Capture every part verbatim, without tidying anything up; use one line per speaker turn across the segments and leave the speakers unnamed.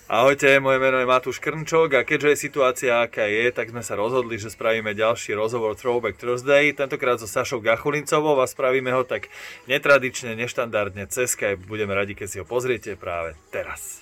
Ahojte, moje meno je Matúš Krnčok a keďže je situácia aká je, tak sme sa rozhodli, že spravíme ďalší rozhovor Throwback Thursday, tentokrát so Sašou Gachulincovou a spravíme ho tak netradične, neštandardne cez Skype. Budeme radi, keď si ho pozriete práve teraz.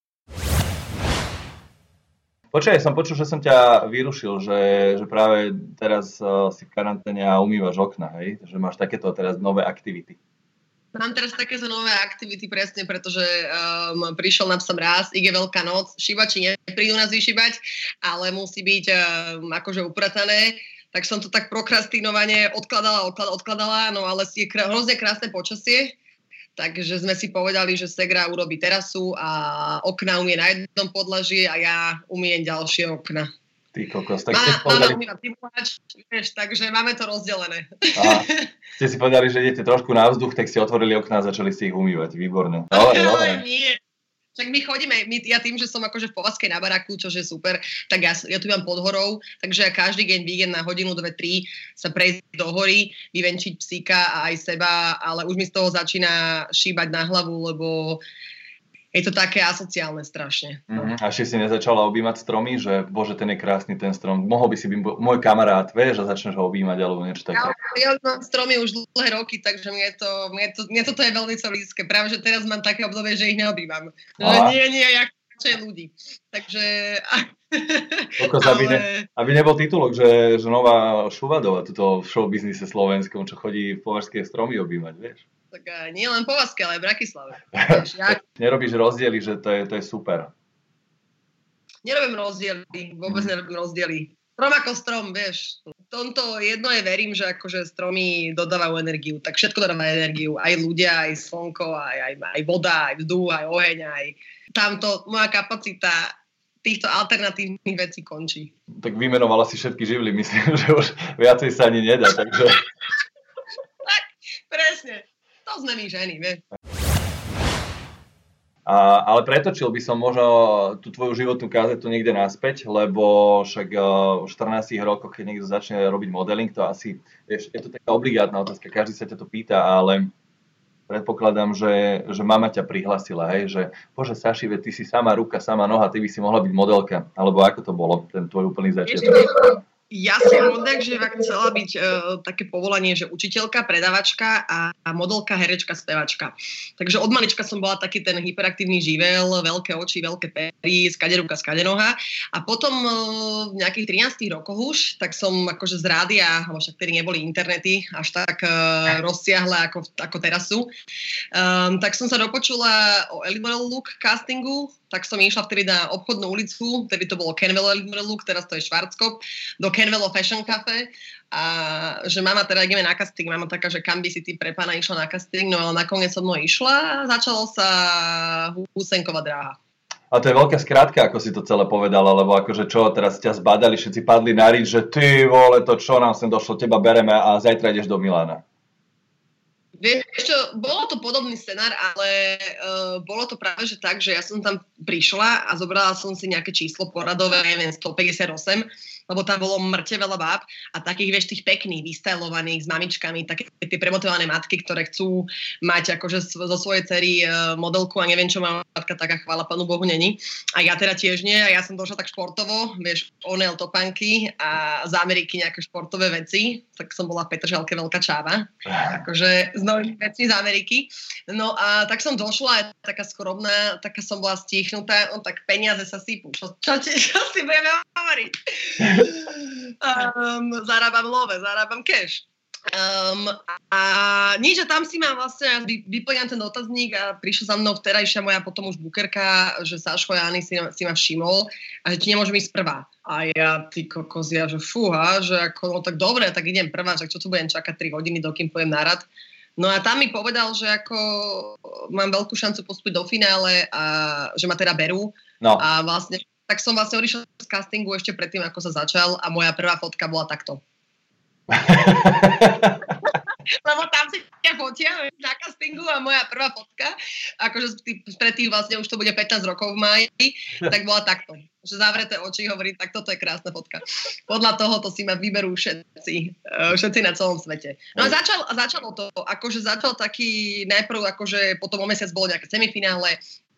Počkaj, som počul, že som ťa vyrušil, že, že práve teraz uh, si v karanténe a umývaš okna, hej? Že máš takéto teraz nové aktivity.
Mám teraz takéto nové aktivity presne, pretože um, prišiel nám sem raz, ich je Veľká noc, šibači neprídu nás vyšibať, ale musí byť um, akože upratané, tak som to tak prokrastinovane odkladala, odkladala, odkladala, no ale je krá- hrozne krásne počasie, takže sme si povedali, že Segra urobí terasu a okna umie na jednom podlaží a ja umiem ďalšie okna.
Ty kokos, tak
Má,
ste si povedali...
Máme umývať tymulač, vieš, takže máme to rozdelené.
A ste si povedali, že idete trošku na vzduch, tak ste otvorili okná a začali ste ich umývať. Výborné. Dobre, dobre.
Nie. Však my chodíme, my, ja tým, že som akože v Povazkej na baráku, čo je super, tak ja, ja tu mám pod horou, takže ja každý deň, víkend na hodinu, dve, tri sa prejsť do hory, vyvenčiť psíka a aj seba, ale už mi z toho začína šíbať na hlavu, lebo je to také asociálne strašne.
Mm-hmm. A ešte si nezačala objímať stromy, že bože, ten je krásny ten strom, mohol by si byť môj kamarát, vieš, a začneš ho objímať alebo niečo také.
Ja, ja mám stromy už dlhé roky, takže mne, to, mne, to, mne toto je veľmi blízke. Práve, že teraz mám také obdobie, že ich neobjímam. A... Nie, nie, jak je ľudí. Takže...
Kokos, ale... aby, ne, aby nebol titulok, že, že nová Šuvadová tuto v showbiznise slovenskom, čo chodí v Považské stromy objímať, vieš.
Tak nie len Povazke, ale aj v Bratislave.
Ja... Nerobíš rozdiely, že to je, to je super.
Nerobím rozdiely, vôbec hmm. nerobím rozdiely. Strom ako strom, vieš. V tomto jedno je, verím, že akože stromy dodávajú energiu, tak všetko dodáva energiu. Aj ľudia, aj slnko, aj, aj, aj voda, aj vzduch, aj oheň, aj tamto, moja kapacita týchto alternatívnych vecí končí. Tak vymenovala si všetky živly, myslím, že už viacej sa ani nedá, takže... Tak, presne. To sme my ženy, vieš. A, ale pretočil by som možno tú tvoju životnú kazetu niekde naspäť, lebo však v štrnástich rokoch, keď niekto začne robiť modeling, to asi, vieš, je to taká obligátna otázka, každý sa ťa to pýta, ale predpokladám, že, že mama ťa prihlasila, hej, že bože Saši, ty si sama ruka, sama noha, ty by si mohla byť modelka, alebo ako to bolo, ten tvoj úplný začiatok? Ja som odjak živa chcela byť uh, také povolanie, že učiteľka, predavačka a, a modelka, herečka, spevačka. Takže od malička som bola taký ten hyperaktívny živel, veľké oči, veľké pery, skade ruka, skade noha. A potom uh, v nejakých trinástich rokoch už, tak som akože z rádia, alebo však tedy neboli internety až tak uh, rozsiahle ako, ako teraz sú, um, tak som sa dopočula o Elite Model Look castingu. Tak som išla vtedy na obchodnú ulicu, vtedy to bolo Kenvelo Elite Model Look, teraz to je Schwarzkopf, do Kenvelo Fashion Cafe a že mama teda ideme na casting, mama taká, že kam by si ty pre pána išla na casting, no ale nakoniec so mnou išla a začalo sa Husenková dráha. A to je veľká skrátka, ako si to celé povedala, lebo akože čo, teraz ťa zbadali, všetci padli na rič, že ty vole, to čo nám sem došlo, teba bereme a zajtra ideš do Milána. Vieš čo, bolo to podobný scenár, ale uh, bolo to práve že tak, že ja som tam prišla a zobrala som si nejaké číslo poradové, neviem, stopäťdesiatosem, lebo tam bolo mŕte veľa báb a takých, vieš, tých pekných, vystylovaných s mamičkami, také tie premotivované matky, ktoré chcú mať akože zo svojej dcery uh, modelku a neviem čo má matka, taká chvála Pánu Bohu není. A ja teda tiež nie a ja som došla tak športovo, vieš, Onel topánky a z Ameriky nejaké športové veci, tak som bola v Petržalke veľká čáva, akože z nových vecí z Ameriky. No a tak som došla, taká skromná, taká som bola stichnutá, no tak peniaze sa sypú. Čo, čo, čo si budeme hovoriť? Um, zarábam love, zarábam cash. Um, a nič, a tam si ma vlastne vyplňam ten dotazník a prišla za mnou vterajšia moja potom už bukerka, že Saško Jany si, si ma všimol a že ti nemôžem ísť prvá. A ja, ty kokos, ja, že fúha, že ako, no tak dobre, tak idem prvá, že čo tu budem čakať tri hodiny, dokým pojem na rad. No a tam mi povedal, že ako mám veľkú šancu postúpiť do finále a že ma teda berú. No. A vlastne tak som vlastne odišla z castingu ešte predtým, ako sa začal a moja prvá fotka bola takto. Lebo tam si ťa fotia na castingu a moja prvá fotka, akože predtým vlastne už to bude pätnásť rokov v máji, tak bola takto. Že zavreté oči hovorí, tak toto je krásna fotka. Podľa toho to si ma vyberú všetci, všetci na celom svete. No a začal, začalo to, akože začal taký, najprv akože potom o mesiac bolo nejaké semifinále,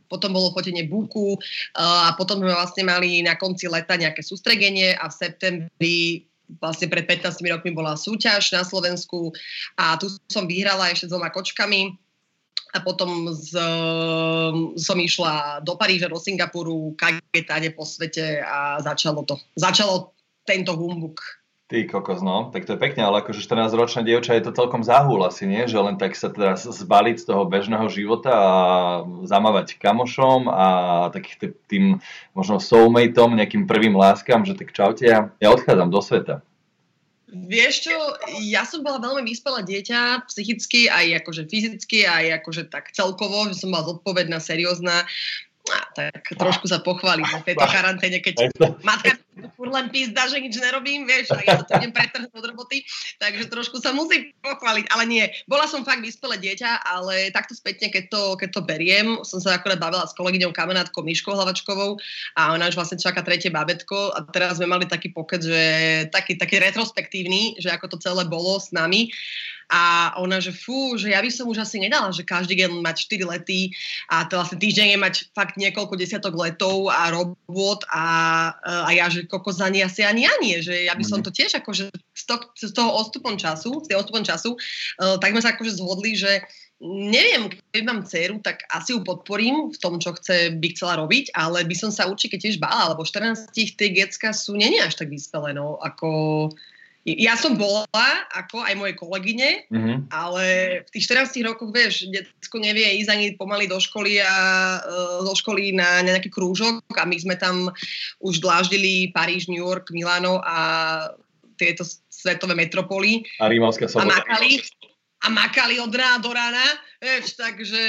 potom bolo fotenie buku a potom sme vlastne mali na konci leta nejaké sústredenie a v septembri vlastne pred pätnástimi rokmi bola súťaž na Slovensku a tu som vyhrala ešte s dvoma kočkami a potom z, som išla do Paríža, do Singapuru, kagetade po svete a začalo to. Začalo tento humbuk.
Ty kokos, no, tak to je pekne, ale akože štrnásťročná dievča je to celkom záhul asi, nie? Že len tak sa teraz zbaliť z toho bežného života a zamávať kamošom a takých tým možno soulmateom, nejakým prvým láskam, že tak čaute, ja, ja odchádzam do sveta.
Vieš čo, ja som bola veľmi vyspelé dieťa, psychicky, aj akože fyzicky, aj akože tak celkovo, že som bola zodpovedná, seriózna. A, tak trošku sa pochváliť na tejto karanténe, keď matka furt len pizda, že nič nerobím, vieš, a ja to idem pretrhnúť od roboty, takže trošku sa musím pochváliť, ale nie. Bola som fakt vyspelé dieťa, ale takto spätne, keď to, keď to beriem, som sa akorát bavila s kolegyňou kamarátkou Miškou Hlavačkovou a ona už vlastne čaká tretie bábätko a teraz sme mali taký pokec, že taký, taký retrospektívny, že ako to celé bolo s nami. A ona, že fú, že ja by som už asi nedala, že každý deň mať štyri lety a to vlastne týždeň je mať fakt niekoľko desiatok letov a robot a, a ja, že kokos ani asi ani ja nie, že ja by som to tiež akože z toho, z toho odstupom času, z toho odstupom času, uh, tak sme sa akože zhodli, že neviem, keď mám dceru, tak asi ju podporím v tom, čo chce, by chcela robiť, ale by som sa určite tiež bála, lebo štrnásť tie decka sú nie až tak vyspelé, no, ako... Ja som bola, ako aj moje kolegyne, mm-hmm. ale v tých štrnástich rokoch, vieš, detsko nevie ísť ani pomaly do školy a uh, zo školy na, na nejaký krúžok a my sme tam už dláždili Paríž, New York, Milano a tieto svetové metropoly.
A Rímavská sobota.
A makali, a makali od rána do rána, vieš, takže,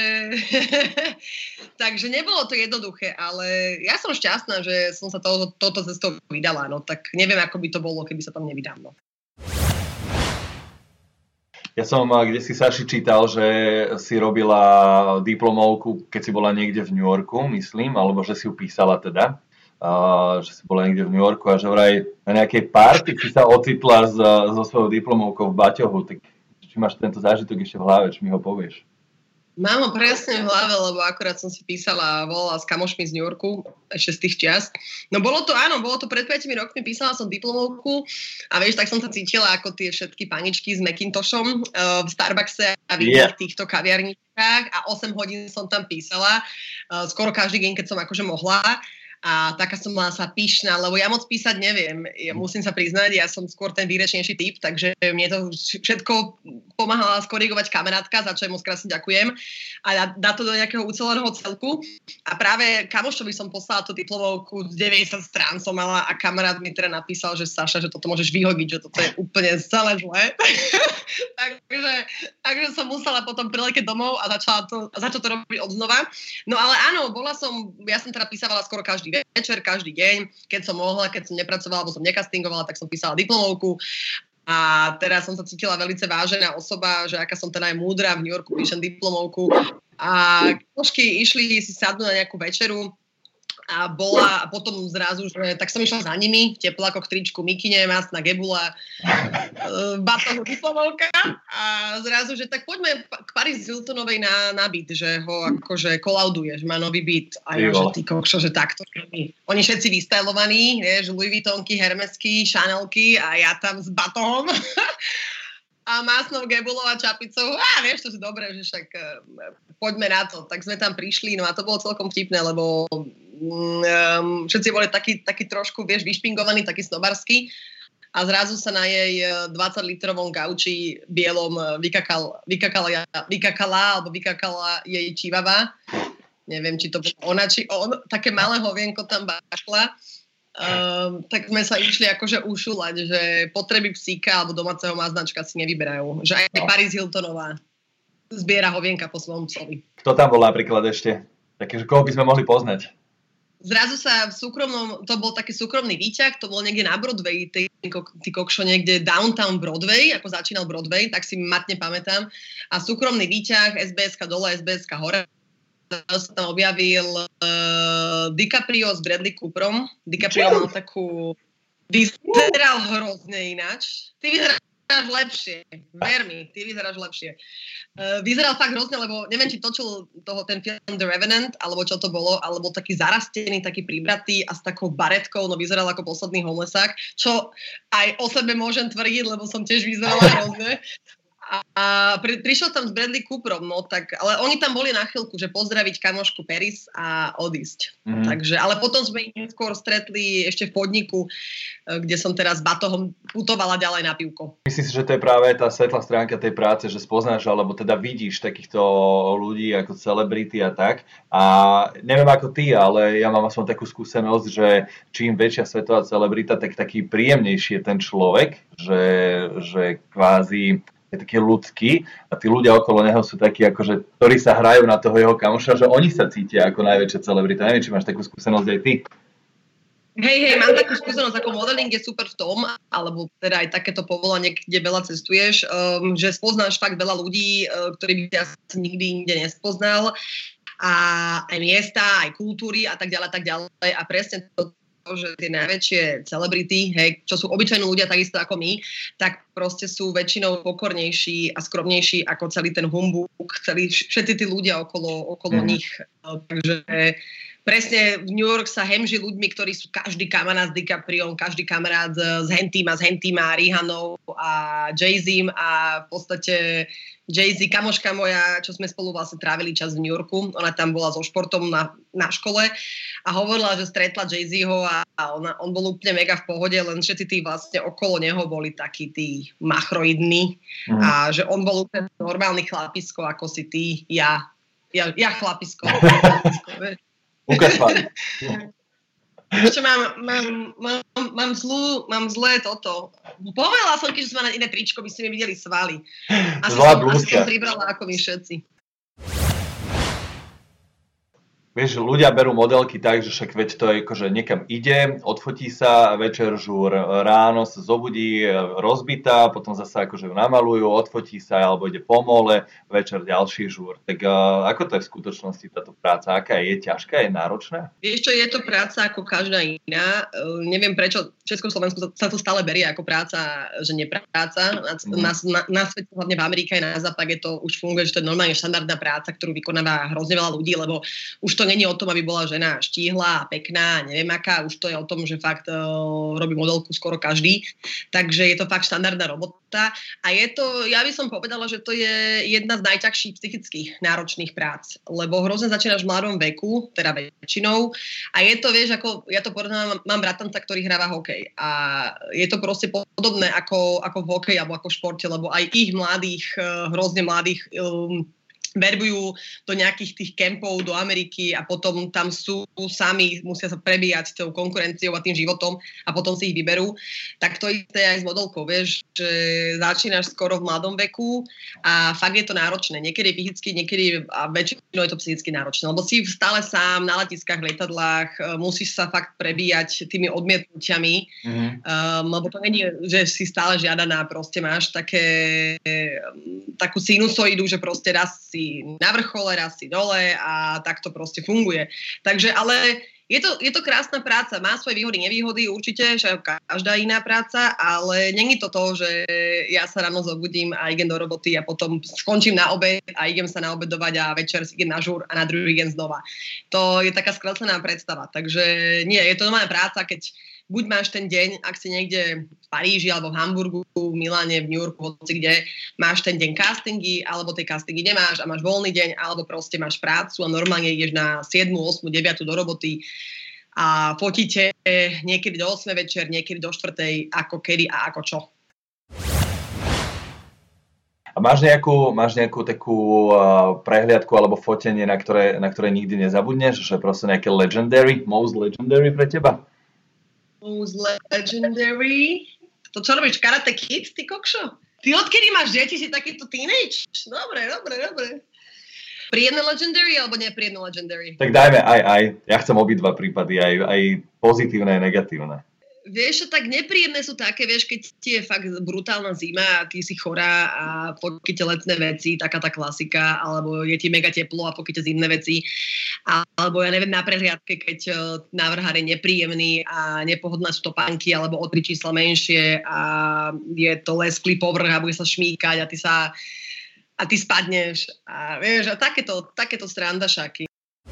takže nebolo to jednoduché, ale ja som šťastná, že som sa to, toto cestou vydala, no tak neviem, ako by to bolo, keby sa tam nevydám, no.
Ja som kde si Saši čítal, že si robila diplomovku, keď si bola niekde v New Yorku, myslím, alebo že si ju písala teda, uh, že si bola niekde v New Yorku a že vraj na nejakej party si sa ocitla s, so svojou diplomovkou v baťohu. Tak či máš tento zážitok ešte v hlave, či mi ho povieš?
Mám ho presne v hlave, lebo akorát som si písala a volala s kamošmi z New Yorku, ešte z tých čias. No bolo to, áno, bolo to pred piatimi rokmi, písala som diplomovku a vieš, tak som sa cítila ako tie všetky paničky s Macintoshom uh, v Starbuckse a v iných yeah. týchto kaviarničkách a osem hodín som tam písala, uh, skoro každý deň, keď som akože mohla. A taká som mala sa pyšná, lebo ja moc písať neviem. Ja musím sa priznať, ja som skôr ten výrečnejší typ, takže mne to všetko pomáhala skorigovať kamarátka, za čo jej moc krásne ďakujem. A dá, dá to do nejakého uceleného celku. A práve kamošovi som poslala tú diplomovku z deväťdesiat strán som mala a kamarát mi teda napísal, že Saša, že toto môžeš vyhodiť, že toto je úplne celé zlé. takže, takže som musela potom priletieť domov a začala to, začala to robiť odznova. No ale áno, bola som, ja som teda písavala skoro každý večer, každý deň, keď som mohla, keď som nepracovala, alebo som nekastingovala, tak som písala diplomovku a teraz som sa cítila veľmi vážená osoba, že aká som teda aj múdra, v New Yorku píšem diplomovku a trošky išli si sadnúť na nejakú večeru a bola a potom zrazu, že tak som išla za nimi, v teplákoch, tričku, mikine, masná gebula, v batohu diplomovka a zrazu, že tak poďme k Paris Hiltonovej na, na byt, že ho akože kolauduje, že má nový byt a ja, že ty kokšo, že takto. Oni všetci vystajlovaní, vieš, Louis Vuittonky, Hermesky, Chanelky a ja tam s batohom a másnou gebulou a čapicou. Á, vieš, to je dobré, že však poďme na to. Tak sme tam prišli, no a to bolo celkom vtipné, lebo um, všetci boli takí, takí trošku, vieš, vyšpingovaní, takí snobarskí a zrazu sa na jej dvadsaťlitrovom gauči bielom vykakal, vykakala, vykakala alebo vykakala jej čivava. Neviem, či to bola ona, či on. Také malé hovienko tam bašla. Um, tak sme sa išli akože ušulať, že potreby psíka alebo domáceho maznačka si nevyberajú. Že aj Paris Hiltonová zbiera hovienka po svojom psovi. Kto
tam bol napríklad ešte? Takže koho by sme mohli poznať?
Zrazu sa v súkromnom, to bol taký súkromný výťah, to bol niekde na Broadway, ty, ty kokšo, niekde downtown Broadway, ako začínal Broadway, tak si matne pamätám. A súkromný výťah, es bé eska dole, es bé eska hore, sa tam objavil uh, DiCaprio s Bradley Cooperom. DiCaprio mal takú... Vyzeral hrozne ináč. Ty vyzeral vyzeráš lepšie. Ver mi, ty vyzeráš lepšie. Uh, vyzeral fakt hrozne, lebo neviem, či točil toho ten film The Revenant, alebo čo to bolo, alebo taký zarastený, taký pribratý a s takou baretkou, no vyzeral ako posledný homelessák, čo aj o sebe môžem tvrdiť, lebo som tiež vyzerala hrozne. A, a pri, prišiel tam s Bradley Cooperom, no tak, ale oni tam boli na chvíľku, že pozdraviť kamošku Paris a odísť. Mm. Takže, ale potom sme ich skôr stretli ešte v podniku, kde som teraz s batohom putovala ďalej na pivko.
Myslím si, že to je práve tá svetlá stránka tej práce, že spoznáš, alebo teda vidíš takýchto ľudí ako celebrity a tak. A neviem ako ty, ale ja mám aspoň takú skúsenosť, že čím väčšia svetová celebrita, tak taký príjemnejší je ten človek, že, že kvázi je taký ľudský a tí ľudia okolo neho sú takí, akože, ktorí sa hrajú na toho jeho kamoša, že oni sa cítia ako najväčšia celebrita. Neviem, či máš takú skúsenosť aj ty.
Hej, hej, mám takú skúsenosť, ako modeling je super v tom, alebo teda aj takéto povolanie, kde veľa cestuješ, um, že spoznáš fakt veľa ľudí, uh, ktorí by asi nikdy nikde nespoznal, a aj miesta, aj kultúry a tak ďalej, tak ďalej. A presne to, že tie najväčšie celebrity, hej, čo sú obyčajní ľudia takisto ako my, tak proste sú väčšinou pokornejší a skromnejší ako celý ten humbug, celý, všetci tí ľudia okolo, okolo mm. nich. Takže presne v New York sa hemží ľuďmi, ktorí sú každý kamarát s DiCapriom, každý kamarát s Hentým a s Hentým a Rihanou a Jay-Zim a v podstate Jay-Z, kamoška moja, čo sme spolu vlastne trávili čas v New Yorku, ona tam bola so športom na, na škole a hovorila, že stretla Jay-Zho a, a ona, on bol úplne mega v pohode, len všetci tí vlastne okolo neho boli takí tí machroidní mm. a že on bol úplne normálny chlapisko, ako si ty, ja, ja, ja chlapisko. chlapisko
Ukáž ma.
Čo mám, mám, mám, mám, zlú, mám zlé toto. Povedala som, keď som mala iné tričko, by ste mi videli svaly. Asi som, asi som pribrala ako my všetci.
Vieš, ľudia berú modelky tak, že však veď to je akože niekam ide, odfotí sa, večer žúr, ráno sa zobudí rozbitá, potom zase akože ju namalujú, odfotí sa, alebo ide po mole, večer ďalší žúr. Tak uh, ako to je v skutočnosti táto práca? Aká je? Je ťažká? Je náročná?
Vieš čo, je to práca ako každá iná. Uh, neviem prečo v Československu sa to stále berie ako práca, že nepráca. Na, mm. na, na, na svete, hlavne v Amerike aj na západe to už funguje, že to je normálne štandardná práca, ktorú vykonáva hrozne veľa ľudí, lebo už to není o tom, aby bola žena štíhla a pekná, neviem aká, už to je o tom, že fakt uh, robí modelku skoro každý, takže je to fakt štandardná robota a je to, ja by som povedala, že to je jedna z najťažších psychických náročných prác, lebo hrozne začínaš v mladom veku, teda väčšinou a je to, vieš, ako, ja to porovnám, mám bratanca, ktorý hráva hokej a je to proste podobné ako, ako v hokeji alebo ako v športe, lebo aj ich mladých, hrozne mladých um, verbujú do nejakých tých kempov do Ameriky a potom tam sú sami, musia sa prebíjať tou konkurenciou a tým životom a potom si ich vyberú. Tak to isté aj s modelkou, vieš, že začínaš skoro v mladom veku a fakt je to náročné. Niekedy fyzicky, niekedy a väčšinou je to psychicky náročné, lebo si stále sám na letiskách, lietadlách, musíš sa fakt prebíjať tými odmietnutiami, mm-hmm. um, lebo to nie je, že si stále žiadaná, proste máš také takú sinusoidu, že proste raz si na vrchole, raz si dole a tak to proste funguje. Takže, ale je to, je to krásna práca, má svoje výhody, nevýhody, určite, že každá iná práca, ale není to to, že ja sa ráno zobudím a idem do roboty a potom skončím na obed a idem sa naobedovať a večer si idem na žúr a na druhý deň znova. To je taká skreslená predstava, takže nie, je to normálna práca, keď buď máš ten deň, ak si niekde v Paríži, alebo v Hamburgu, v Miláne, v New Yorku, hoci kde, máš ten deň castingy, alebo tie castingy nemáš a máš voľný deň, alebo proste máš prácu a normálne ideš na siedmu, ôsmu, deviatu do roboty a fotíte niekedy do ôsmej večer, niekedy do štvrtej, ako kedy a ako čo.
A máš nejakú, máš nejakú takú uh, prehliadku alebo fotenie, na ktoré, na ktoré nikdy nezabudneš? Že proste nejaké legendary, most legendary pre teba?
Most legendary. To čo robíš? Karate Kid, ty kokšo? Ty odkedy máš deti, si takýto teenage? Dobre, dobre, dobre. Príjemné legendary alebo nepríjemné legendary?
Tak dajme aj, aj. Ja chcem obidva prípady, aj, aj pozitívne, aj negatívne.
Vieš, tak nepríjemné sú také, vieš, keď ti je fakt brutálna zima a ty si chorá a pokyte letné veci, taká tá klasika, alebo je ti mega teplo a pokyte zimné veci, alebo ja neviem, na prehliadke, keď návrhár je nepríjemný a nepohodlné sú topánky, alebo o tri čísla menšie a je to lesklý povrch a bude sa šmýkať a ty sa a ty spadneš a vieš, a takéto, takéto strandašaky.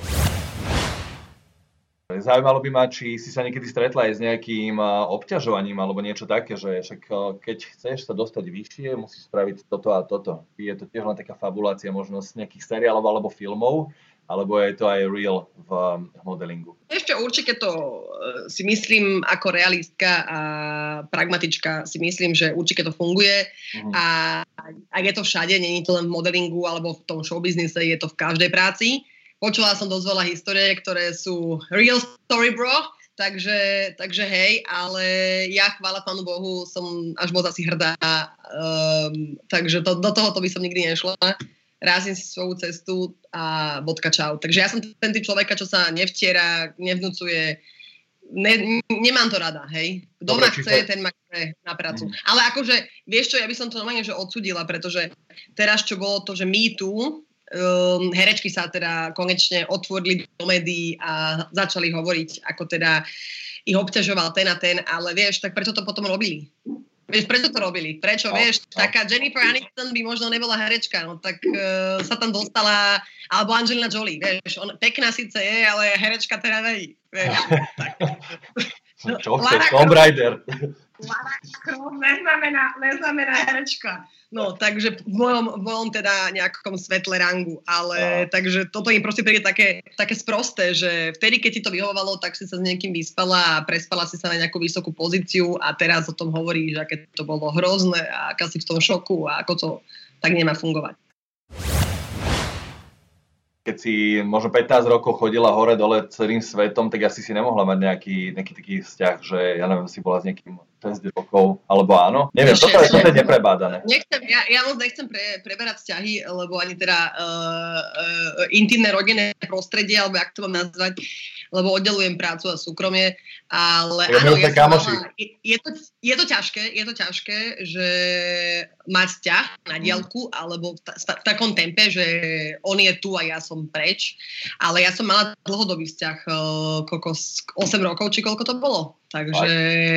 Zaujímalo by ma, či si sa niekedy stretla aj s nejakým obťažovaním alebo niečo také, že však keď chceš sa dostať vyššie, musíš spraviť toto a toto. Je to tiež len taká fabulácia možno z nejakých seriálov alebo filmov, alebo je to aj real v modelingu?
Ešte určite to si myslím ako realistka a pragmatička si myslím, že určite to funguje mm. a ak je to všade, nie je to len v modelingu alebo v tom showbiznise, je to v každej práci. Počula som dosť veľa histórie, ktoré sú real story, bro, takže, takže hej, ale ja, chvála Pánu Bohu, som až moc asi hrdá, um, takže to, do tohoto by som nikdy nešla. Rázim si svoju cestu a bodka čau. Takže ja som ten typ človeka, čo sa nevtiera, nevnúcuje, ne, nemám to rada, hej. Kto ma chce, ten ma chce na prácu. Mm. Ale akože, vieš čo, ja by som to normálne že odsudila, pretože teraz, čo bolo to, že Me Too, Um, herečky sa teda konečne otvorili do médií a začali hovoriť, ako teda ich obťažoval ten a ten, ale vieš, tak prečo to potom robili? Vieš, prečo to robili? Prečo, no, vieš, no. Taká Jennifer Aniston by možno nebola herečka, no tak uh, sa tam dostala, alebo Angelina Jolie, vieš, on, pekná síce je, ale herečka teda nej, vieš. Tak.
Čo chceš, Tomb Raider?
Lara Croft neznamená, neznamená herečka. No, takže v mojom, v mojom teda nejakom svetle rangu, ale no. Takže toto im proste príde také, také sprosté, že vtedy, keď ti to vyhovovalo, tak si sa s niekým vyspala a prespala si sa na nejakú vysokú pozíciu a teraz o tom hovoríš, aké to bolo hrozné a aká si v tom šoku a ako to tak nemá fungovať.
Keď si možno pätnásť rokov chodila hore-dole celým svetom, tak asi si nemohla mať nejaký, nejaký taký vzťah, že ja neviem, si bola s niekým šesť rokov, alebo áno? Neviem, Ešte, toto, je, toto je neprebádané.
Nechcem, ja, ja moc nechcem pre, preberať vzťahy, lebo ani teda uh, uh, intimné rodinné prostredie, alebo jak to mám nazvať, lebo oddelujem prácu a súkromie, ale
ja
áno, ja
som
mala, je, je, to, je to ťažké, je to ťažké, že mať vzťah na diaľku, alebo v, ta, v takom tempe, že on je tu a ja som preč, ale ja som mala dlhodobý vzťah, uh, koľko, osem rokov, či koľko to bolo, takže...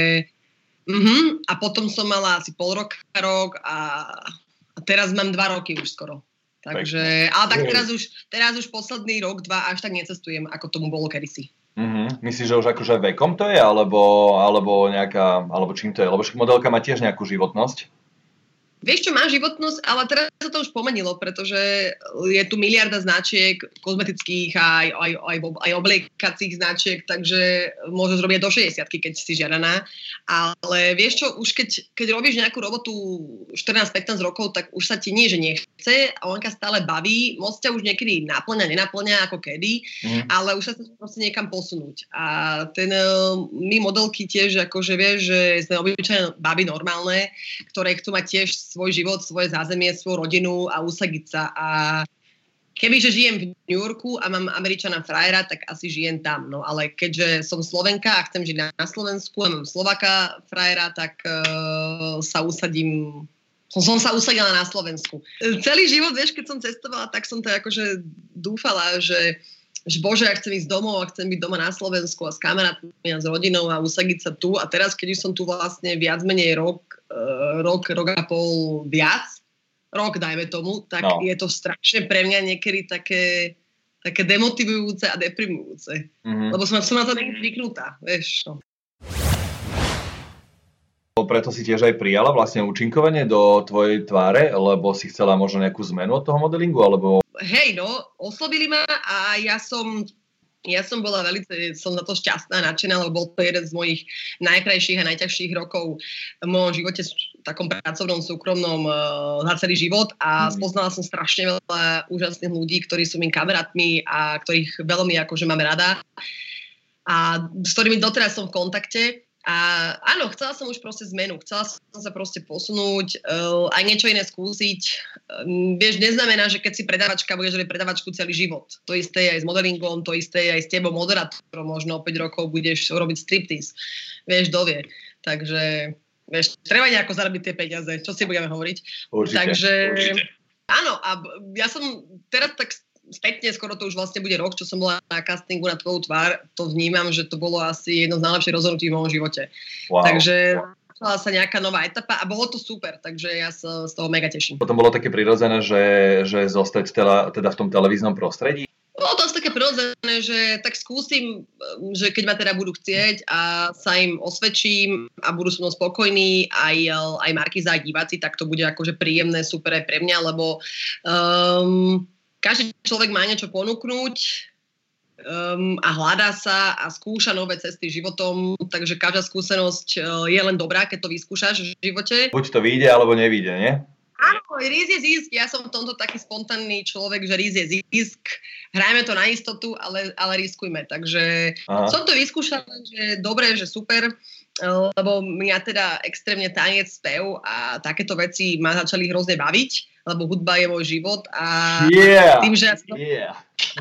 Uh-huh. A potom som mala asi pol roka, rok a, a teraz mám dva roky už skoro. Takže, ale tak teraz už, teraz už posledný rok, dva až tak necestujem, ako tomu bolo kedysi.
Uh-huh. Myslíš, že už akože vekom to je, alebo, alebo nejaká, alebo čím to je? Lebo však modelka má tiež nejakú životnosť.
Vieš čo, má životnosť, ale teraz sa to už pomenilo, pretože je tu miliarda značiek kozmetických a aj, aj, aj, aj obliekacích značiek, takže môžeš robiť do šesťdesiatky, keď si žiadaná. Ale vieš čo, už keď, keď robíš nejakú robotu štrnásť pätnásť rokov, tak už sa ti nie, že nechce a onka stále baví, moc ťa už niekedy naplňa, nenaplňa ako kedy, mm. ale už sa to proste niekam posunúť. A ten, my modelky tiež, akože vieš, že sme obyčajné baby normálne, ktoré chcú mať tiež svoj život, svoje zázemie, svoju rodinu a usadiť sa. A kebyže žijem v New Yorku a mám Američana frajera, tak asi žijem tam. No ale keďže som Slovenka a chcem žiť na Slovensku a mám Slovaka frajera, tak uh, sa usadím... Som, som sa usadila na Slovensku. Celý život, vieš, keď som cestovala, tak som to akože dúfala, že že bože, ja chcem ísť domov a chcem byť doma na Slovensku a s kamarátmi a s rodinou a usadiť sa tu. A teraz, keď som tu vlastne viac menej rok, uh, rok, rok a pol viac, rok dajme tomu, tak no. Je to strašne pre mňa niekedy také, také demotivujúce a deprimujúce. Mm-hmm. Lebo som, som na to niekedy zvyknutá, vieš. No.
Preto si tiež aj prijala vlastne účinkovanie do tvojej tváre, lebo si chcela možno nejakú zmenu od toho modelingu, alebo...
Hej, no, oslovili ma a ja som, ja som bola veľmi, som za to šťastná, nadšená, lebo bol to jeden z mojich najkrajších a najťažších rokov v mojom živote, v takom pracovnom, súkromnom uh, za celý život a mm. spoznala som strašne veľa úžasných ľudí, ktorí sú mým kamarátmi a ktorých veľmi akože mám rada a s ktorými doteraz som v kontakte. A áno, chcela som už proste zmenu, chcela som sa proste posunúť, uh, aj niečo iné skúsiť. Um, vieš, neznamená, že keď si predavačka, budeš robiť predavačku celý život. To isté je aj s modelingom, to isté je aj s tebou moderátorom, možno o päť rokov budeš robiť striptease. Vieš, dovie. Takže, vieš, treba nejako zarobiť tie peniaze, čo si budeme hovoriť.
Určite.
Takže,
Určite.
áno, a ja som teraz tak spätne, skoro to už vlastne bude rok, čo som bola na castingu na Tvoju tvár, to vnímam, že to bolo asi jedno z najlepších rozhodnutí v mojom živote.
Wow.
Takže začala sa nejaká nová etapa a bolo to super, takže ja sa z toho mega teším.
Potom bolo také prirodzené, že, že zostať teda, teda v tom televíznom prostredí?
Bolo to asi také prirodzené, že tak skúsim, že keď ma teda budú chcieť a sa im osvedčím a budú so mnou spokojní, aj, aj Markíza, aj diváci, tak to bude akože príjemné, super aj pre mňa, lebo um, každý človek má niečo ponúknuť um, a hľadá sa a skúša nové cesty životom, takže každá skúsenosť uh, je len dobrá, keď to vyskúšaš v živote.
Buď to vyjde, alebo nevyjde, nie?
Áno, risk je zisk. Ja som v tomto taký spontánny človek, že risk je zisk. Hrajme to na istotu, ale, ale riskujme. Takže Aha. som to vyskúšala, že dobre, že super, lebo mňa teda extrémne tanec, spev a takéto veci ma začali hrozne baviť, lebo hudba je môj život a
yeah.
tým, že ja som...
Yeah.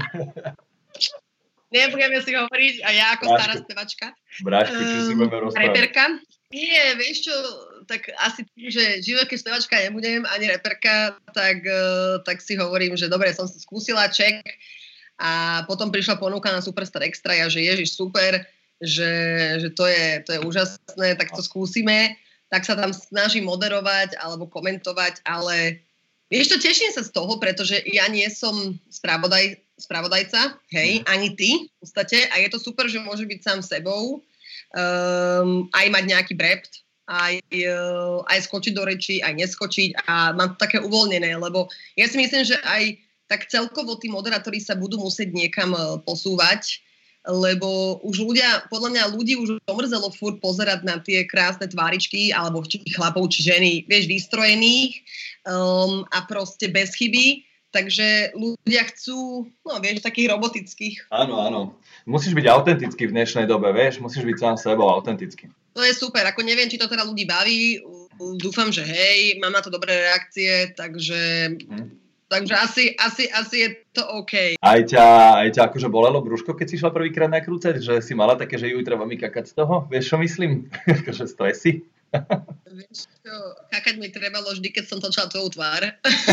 Nebudeme si hovoriť a ja ako
Brášku.
stará spevačka.
Brášku, čo si budeme rozprávať?
Reperka. Nie, vieš čo, tak asi tým, že život, keď spevačka nebudem, ani reperka, tak, tak si hovorím, že dobre, som si skúsila, ček a potom prišla ponuka na Superstar Extra a že ježiš, super, že, že to, je, to je úžasné, tak to skúsime, tak sa tam snažím moderovať alebo komentovať, ale vieš čo, teším sa z toho, pretože ja nie som spravodaj, spravodajca, hej, ani ty v podstate a je to super, že môže byť sám sebou, Um, aj mať nejaký brept, aj, uh, aj skočiť do rečí, aj neskočiť a mám to také uvoľnené, lebo ja si myslím, že aj tak celkovo tí moderátori sa budú musieť niekam uh, posúvať, lebo už ľudia, podľa mňa ľudí už omrzelo furt pozerať na tie krásne tváričky alebo či chlapov, či ženy, vieš, vystrojených um, a proste bez chyby. Takže ľudia chcú, no vieš, takých robotických.
Áno, áno. Musíš byť autentický v dnešnej dobe, vieš, musíš byť sám sebou autentický.
To je super, ako neviem, či to teda ľudí baví, dúfam, že hej, mám na to dobré reakcie, takže, hm. takže asi, asi, asi je to OK.
Aj ťa, aj ťa akože bolelo brúško, keď si šla prvýkrát nakrúcať, že si mala také, že ju treba mi kakať z toho? Vieš, čo myslím? Akože stresy?
Vieš čo, kakať mi trebalo vždy, keď som točila Tvoju tvár.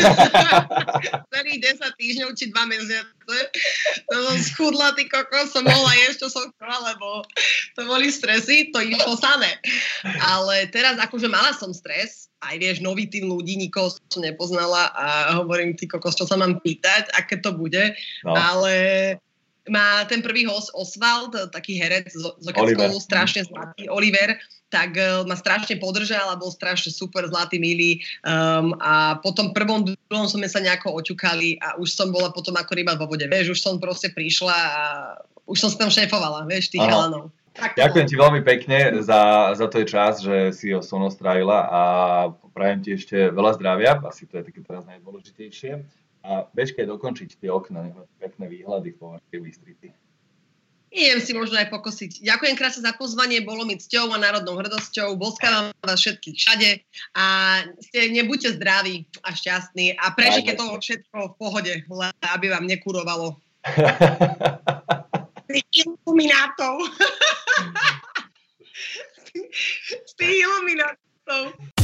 Celý desať týždňov či dva mesiace. To som schudla, ty kokos, som mohla jesť, čo som chcela, lebo to boli stresy, to išlo samé. Ale teraz akože mala som stres, aj vieš, nový tým ľudí, nikoho som nepoznala a hovorím, ty kokos, čo sa mám pýtať, aké to bude, no. Ale má ten prvý host Oswald, taký herec z Okeckou, strašne zlatý, Oliver, tak uh, ma strašne podržal a bol strašne super, zlatý, milý. Um, a potom prvom, druhom sme sa nejako oťukali a už som bola potom ako ryba vo vode. Vieš, už som proste prišla a už som si tam šéfovala, vieš, tých chalanov.
Ďakujem ti veľmi pekne za, za tvoj čas, že si ho so mnou strávila a prajem ti ešte veľa zdravia, asi to je také teraz najdôležitejšie. A bež keď dokončiť tie okna, nech máte pekné výhľady v Považskej Bystrici.
Idem si možno aj pokosiť. Ďakujem krásne za pozvanie, bolo mi cťou a národnou hrdosťou. Boskávam vás všetkých všade a ste, nebuďte zdraví a šťastní a prežite to všetko v pohode, aby vám nekurovalo. Z tých iluminátov. Z tých iluminátov.